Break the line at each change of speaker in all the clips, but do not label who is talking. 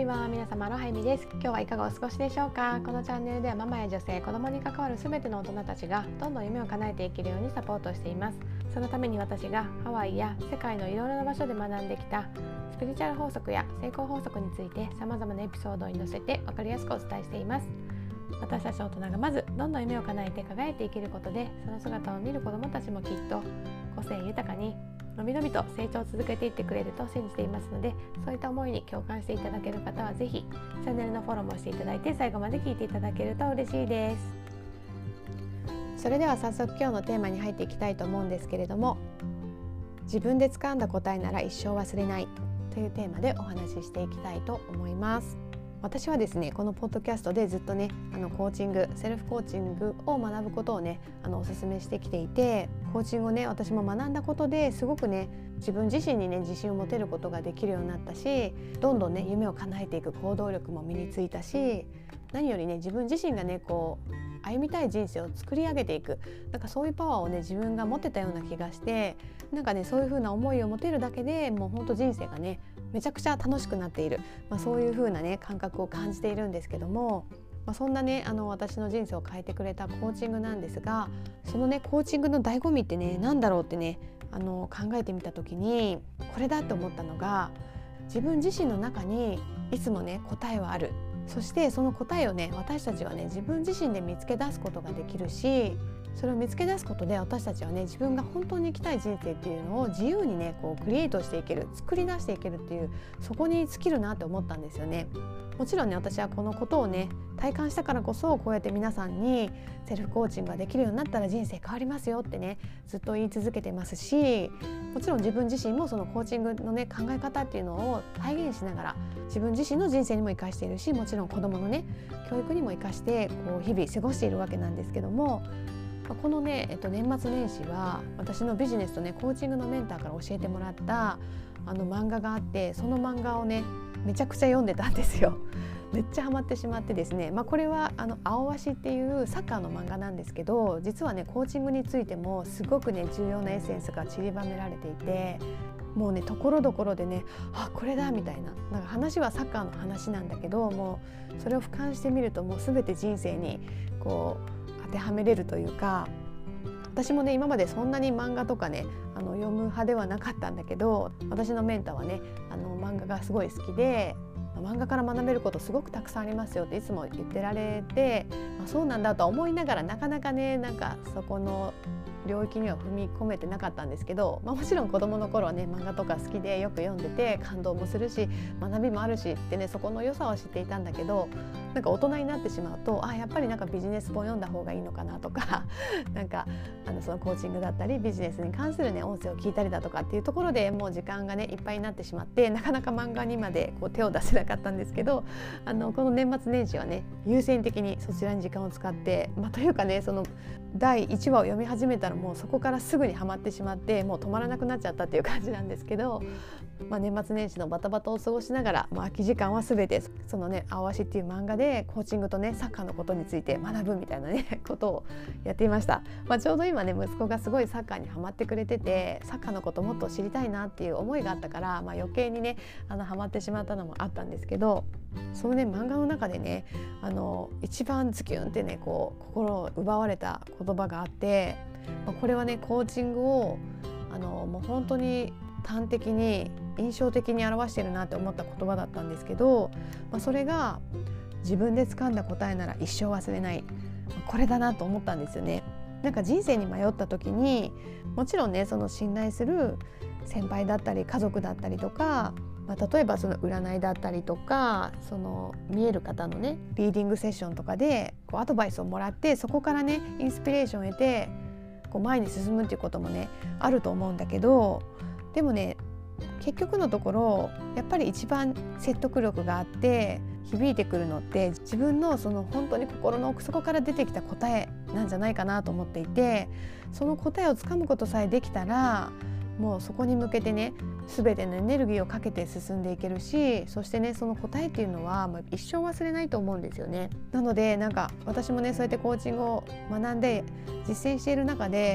リワン、皆様アロハイミです。今日はいかがお過ごしでしょうか。このチャンネルではママや女性、子供に関わる全ての大人たちがどんどん夢を叶えていけるようにサポートしています。そのために私がハワイや世界のいろいろな場所で学んできたスピリチュアル法則や成功法則について様々なエピソードに載せて分かりやすくお伝えしています。私たち大人がまずどんどん夢を叶えて輝いていけることで、その姿を見る子どもたちもきっと個性豊かにのびのびと成長を続けていってくれると信じていますので、そういった思いに共感していただける方はぜひチャンネルのフォローもしていただいて、最後まで聞いていただけると嬉しいです。それでは早速今日のテーマに入っていきたいと思うんですけれども、自分で掴んだ答えなら一生忘れないというテーマでお話ししていきたいと思います。私はですね、このポッドキャストでずっとねコーチング、セルフコーチングを学ぶことをねお勧めしてきていて、コーチングをね私も学んだことですごくね自分自身にね自信を持てることができるようになったし、どんどんね夢を叶えていく行動力も身についたし、何よりね自分自身がね歩みたい人生を作り上げていく、そういうパワーをね自分が持ってたような気がして、そういう風な思いを持てるだけでもう本当人生がねめちゃくちゃ楽しくなっている、そういう風なね感覚を感じているんですけども、そんなね私の人生を変えてくれたコーチングなんですが、そのねコーチングの醍醐味ってね何だろうってね考えてみた時にこれだって思ったのが、自分自身の中にいつもね答えはある。そしてその答えをね私たちはね自分自身で見つけ出すことができるし、それを見つけ出すことで私たちはね自分が本当に生きたい人生っていうのを自由にねクリエイトしていける、作り出していけるっていう、そこに尽きるなって思ったんですよね。もちろんね私はこのことをね体感したからこそ、こうやって皆さんにセルフコーチングができるようになったら人生変わりますよってねずっと言い続けてますし、もちろん自分自身もそのコーチングのね考え方っていうのを体現しながら自分自身の人生にも生かしているし、もちろん子どものね教育にも生かして日々過ごしているわけなんですけども、このね、年末年始は私のビジネスとねコーチングのメンターから教えてもらった漫画があって、その漫画をねめちゃくちゃ読んでたんですよ。めっちゃハマってしまってですね、これは青足っていうサッカーの漫画なんですけど、実はねコーチングについてもすごくね重要なエッセンスが散りばめられていて、もうねところどころでねこれだみたいな、話はサッカーの話なんだけど、もうそれを俯瞰してみるともう全て人生に当てはめれるというか、私もね今までそんなに漫画とかね読む派ではなかったんだけど、私のメンターはね漫画がすごい好きで、漫画から学べることすごくたくさんありますよっていつも言ってられて、そうなんだとは思いながらなかなかねそこの領域には踏み込めてなかったんですけど、もちろん子どもの頃はね漫画とか好きでよく読んでて感動もするし学びもあるしってね、そこの良さは知っていたんだけど、大人になってしまうとやっぱりビジネス本読んだ方がいいのかなとかそのコーチングだったりビジネスに関するね音声を聞いたりだとかっていうところでもう時間がねいっぱいになってしまって、なかなか漫画にまで手を出せなかったんですけど、この年末年始はね優先的にそちらに時間を使って、というかねその第1話を読み始めたらもうそこからすぐにはまってしまって、もう止まらなくなっちゃったっていう感じなんですけど、年末年始のバタバタを過ごしながら、空き時間は全てそのね青足っていう漫画でコーチングとねサッカーのことについて学ぶみたいなねことをやっていました。ちょうど今ね息子がすごいサッカーにハマってくれてて、サッカーのこともっと知りたいなっていう思いがあったから、余計にねハマってしまったのもあったんですけど、そのね漫画の中でね一番ズキュンってね心を奪われた言葉があって、これはねコーチングをもう本当に端的に印象的に表してるなって思った言葉だったんですけど、それが自分で掴んだ答えなら一生忘れない、これだなと思ったんですよね。人生に迷った時にもちろんねその信頼する先輩だったり家族だったりとか、例えばその占いだったりとか、その見える方のねリーディングセッションとかでアドバイスをもらって、そこからねインスピレーションを得て前に進むっていうこともねあると思うんだけど、でもね結局のところやっぱり一番説得力があって響いてくるのって自分のその本当に心の奥底から出てきた答えなんじゃないかなと思っていて、その答えをつかむことさえできたらもうそこに向けてね全てのエネルギーをかけて進んでいけるし、そしてねその答えっていうのはもう一生忘れないと思うんですよね。なので私もねそうやってコーチングを学んで実践している中で、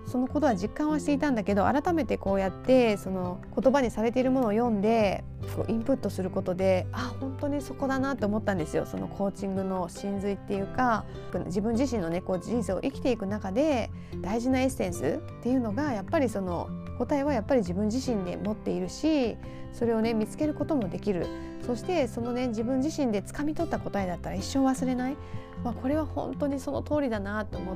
そのことは実感はしていたんだけど、改めてこうやってその言葉にされているものを読んでこうインプットすることで、本当にそこだなって思ったんですよ。そのコーチングの真髄っていうか、自分自身のねこう人生を生きていく中で大事なエッセンスっていうのが、やっぱりその答えはやっぱり自分自身で持っているし、それをね見つけることもできる。そしてそのね自分自身で掴み取った答えだったら一生忘れない。これは本当にその通りだなと思って、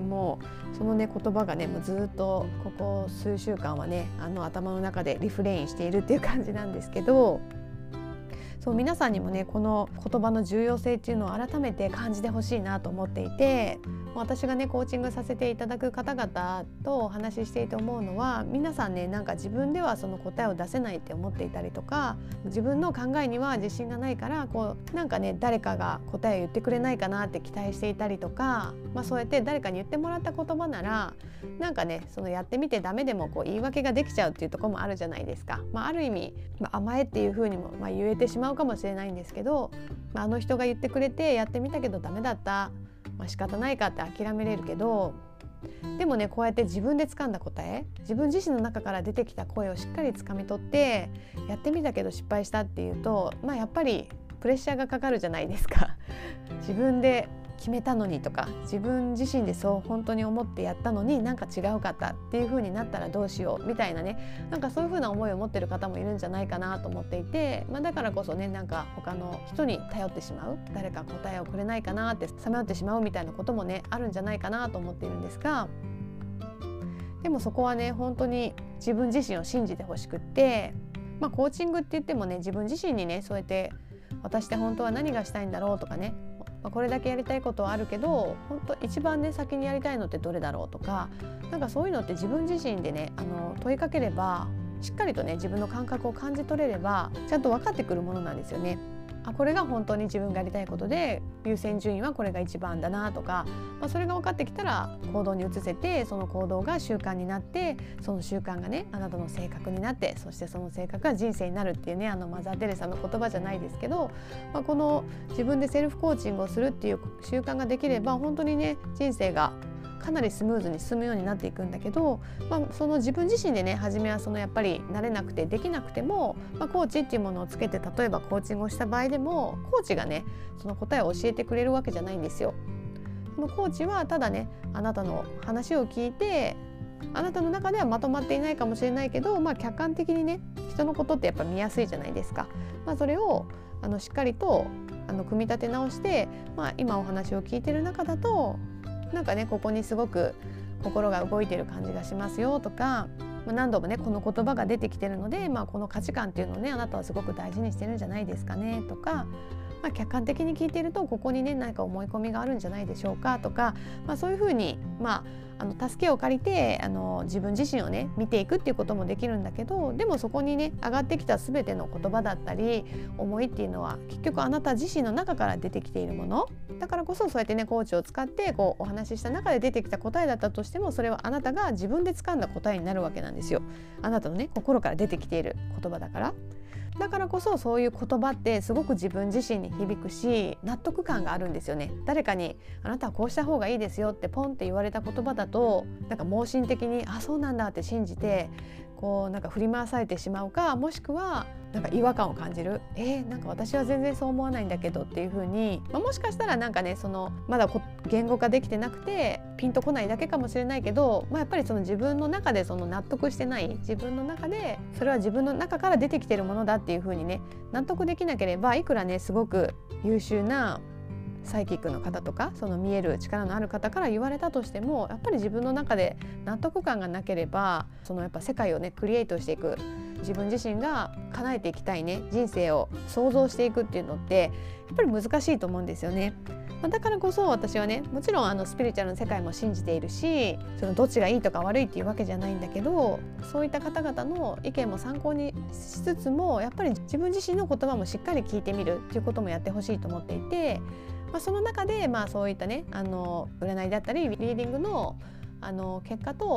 もうそのね言葉がねもうずっとここ数週間はね頭の中でリフレインしているっていう感じなんですけど、そう皆さんにもねこの言葉の重要性っていうのを改めて感じてほしいなと思っていて、私がねコーチングさせていただく方々とお話ししていて思うのは、皆さんねなんか自分ではその答えを出せないって思っていたりとか、自分の考えには自信がないからこうなんかね誰かが答えを言ってくれないかなって期待していたりとか、そうやって誰かに言ってもらった言葉ならなんかねそのやってみてダメでもこう言い訳ができちゃうっていうところもあるじゃないですか。ある意味、甘えっていう風にも言えてしまうかもしれないんですけど、あの人が言ってくれてやってみたけどダメだった、仕方ないかって諦めれるけど、でもねこうやって自分で掴んだ答え、自分自身の中から出てきた声をしっかり掴み取ってやってみたけど失敗したっていうと、やっぱりプレッシャーがかかるじゃないですか。自分で決めたのにとか、自分自身でそう本当に思ってやったのになんか違うかったっていう風になったらどうしようみたいなね、なんかそういう風な思いを持ってる方もいるんじゃないかなと思っていて、だからこそねなんか他の人に頼ってしまう、誰か答えをくれないかなってさまよってしまうみたいなこともねあるんじゃないかなと思っているんですが、でもそこはね本当に自分自身を信じてほしくって、コーチングって言ってもね自分自身にねそうやって私って本当は何がしたいんだろうとかね、これだけやりたいことはあるけど本当一番ね先にやりたいのってどれだろうとか、なんかそういうのって自分自身でね問いかければ、しっかりとね自分の感覚を感じ取れればちゃんと分かってくるものなんですよね。これが本当に自分がやりたいことで優先順位はこれが一番だなとか、それが分かってきたら行動に移せて、その行動が習慣になって、その習慣がねあなたの性格になって、そしてその性格が人生になるっていうねマザー・テレサの言葉じゃないですけど、この自分でセルフコーチングをするっていう習慣ができれば本当にね人生がかなりスムーズに進むようになっていくんだけど、その自分自身でね初めはそのやっぱり慣れなくてできなくても、コーチっていうものをつけて例えばコーチングをした場合でも、コーチがねその答えを教えてくれるわけじゃないんですよ。そのコーチはただねあなたの話を聞いて、あなたの中ではまとまっていないかもしれないけど、客観的にね人のことってやっぱ見やすいじゃないですか。それをしっかりと組み立て直して、今お話を聞いてる中だとなんかねここにすごく心が動いてる感じがしますよとか、何度もねこの言葉が出てきてるので、この価値観っていうのをねあなたはすごく大事にしてるんじゃないですかねとか、客観的に聞いてるとここにね何か思い込みがあるんじゃないでしょうかとか、そういうふうに助けを借りて自分自身をね見ていくっていうこともできるんだけど、でもそこにね上がってきた全ての言葉だったり思いっていうのは結局あなた自身の中から出てきているものだからこそ、そうやってねコーチを使ってこうお話しした中で出てきた答えだったとしても、それはあなたが自分で掴んだ答えになるわけなんですよ。あなたのね心から出てきている言葉だから。だからこそそういう言葉ってすごく自分自身に響くし、納得感があるんですよね。誰かにあなたはこうした方がいいですよってポンって言われた言葉だと、なんか盲信的にそうなんだって信じてこうなんか振り回されてしまうか、もしくはなんか違和感を感じる、なんか私は全然そう思わないんだけどっていう風に、もしかしたらなんかねまだ言語化できてなくてピンとこないだけかもしれないけど、やっぱり自分の中で納得してない、自分の中でそれは自分の中から出てきてるものだっていう風にね納得できなければ、いくらねすごく優秀なサイキックの方とか見える力のある方から言われたとしても、やっぱり自分の中で納得感がなければやっぱ世界をねクリエイトしていく、自分自身が叶えていきたいね人生を想像していくっていうのってやっぱり難しいと思うんですよね。だからこそ私はねもちろんスピリチュアルの世界も信じているし、どっちがいいとか悪いっていうわけじゃないんだけど、そういった方々の意見も参考にしつつも、やっぱり自分自身の言葉もしっかり聞いてみるっていうこともやってほしいと思っていて、その中でそういったね占いだったりリーディングの結果と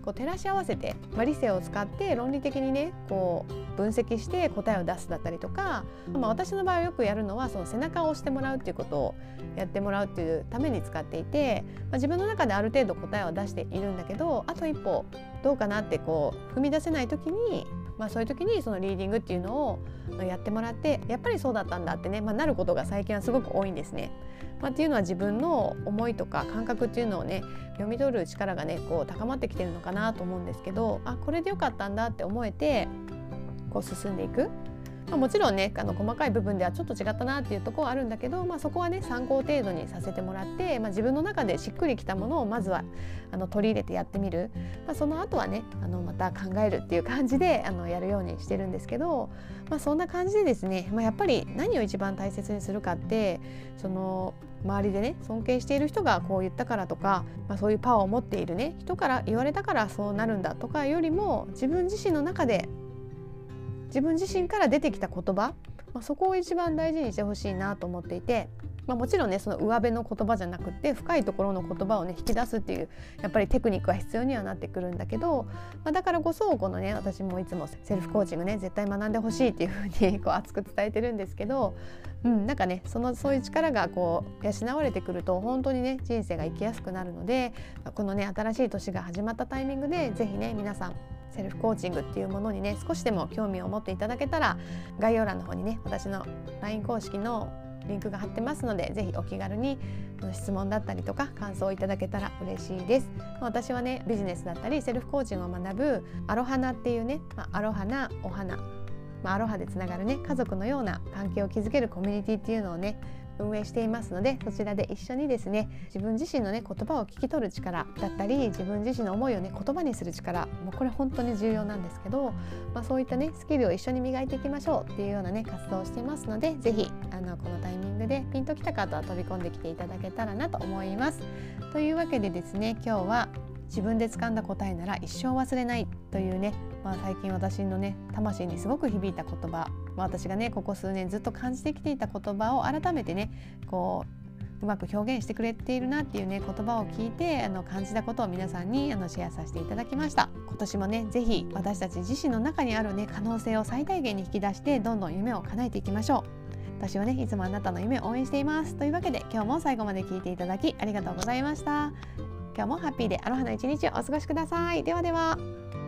こう照らし合わせて、理性を使って論理的にねこう分析して答えを出すだったりとか、私の場合よくやるのはその背中を押してもらうっていうことをやってもらうっていうために使っていて、自分の中である程度答えを出しているんだけど、あと一歩どうかなってこう踏み出せない時に、そういう時にそのリーディングっていうのをやってもらって、やっぱりそうだったんだってね、なることが最近はすごく多いんですね。っていうのは自分の思いとか感覚っていうのをね読み取る力がねこう高まってきてるのかなと思うんですけど、これでよかったんだって思えてこう進んでいく。もちろんね細かい部分ではちょっと違ったなっていうところはあるんだけど、そこはね参考程度にさせてもらって、自分の中でしっくりきたものをまずは取り入れてやってみる、その後はねまた考えるっていう感じでやるようにしてるんですけど、そんな感じでですね、やっぱり何を一番大切にするかって、その周りでね尊敬している人がこう言ったからとか、そういうパワーを持っているね人から言われたからそうなるんだとかよりも、自分自身の中で自分自身から出てきた言葉、そこを一番大事にしてほしいなと思っていて、もちろんねその上辺の言葉じゃなくって深いところの言葉をね引き出すっていうやっぱりテクニックは必要にはなってくるんだけど、だからこそこのね私もいつもセルフコーチングね絶対学んでほしいっていうふうにこう熱く伝えてるんですけど、なんかねそういう力がこう養われてくると本当にね人生が生きやすくなるので、このね新しい年が始まったタイミングでぜひね皆さんセルフコーチングっていうものにね少しでも興味を持っていただけたら、概要欄の方にね私の LINE 公式のリンクが貼ってますので、ぜひお気軽に質問だったりとか感想をいただけたら嬉しいです。私はねビジネスだったりセルフコーチングを学ぶアロハナっていうね、アロハなお花、アロハでつながるね家族のような関係を築けるコミュニティっていうのをね運営していますので、そちらで一緒にですね自分自身のね言葉を聞き取る力だったり、自分自身の思いをね言葉にする力、もうこれ本当に重要なんですけど、そういったねスキルを一緒に磨いていきましょうっていうようなね活動をしていますので、ぜひこのタイミングでピンときた方は飛び込んできていただけたらなと思います。というわけでですね、今日は自分で掴んだ答えなら一生忘れないというね、最近私のね魂にすごく響いた言葉、私がねここ数年ずっと感じてきていた言葉を改めてねこううまく表現してくれているなっていうね言葉を聞いて感じたことを皆さんにシェアさせていただきました。今年もねぜひ私たち自身の中にあるね可能性を最大限に引き出してどんどん夢を叶えていきましょう。私はねいつもあなたの夢を応援しています。というわけで今日も最後まで聞いていただきありがとうございました。今日もハッピーでアロハな一日をお過ごしください。ではでは。